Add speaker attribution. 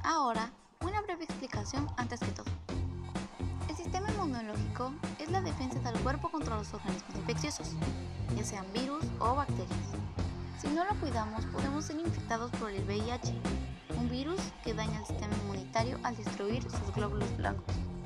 Speaker 1: Ahora, una breve explicación antes que todo. El sistema inmunológico es la defensa del cuerpo contra los organismos infecciosos, ya sean virus o bacterias. Si no lo cuidamos, podemos ser infectados por el VIH, un virus que daña el sistema inmunitario al destruir sus glóbulos blancos.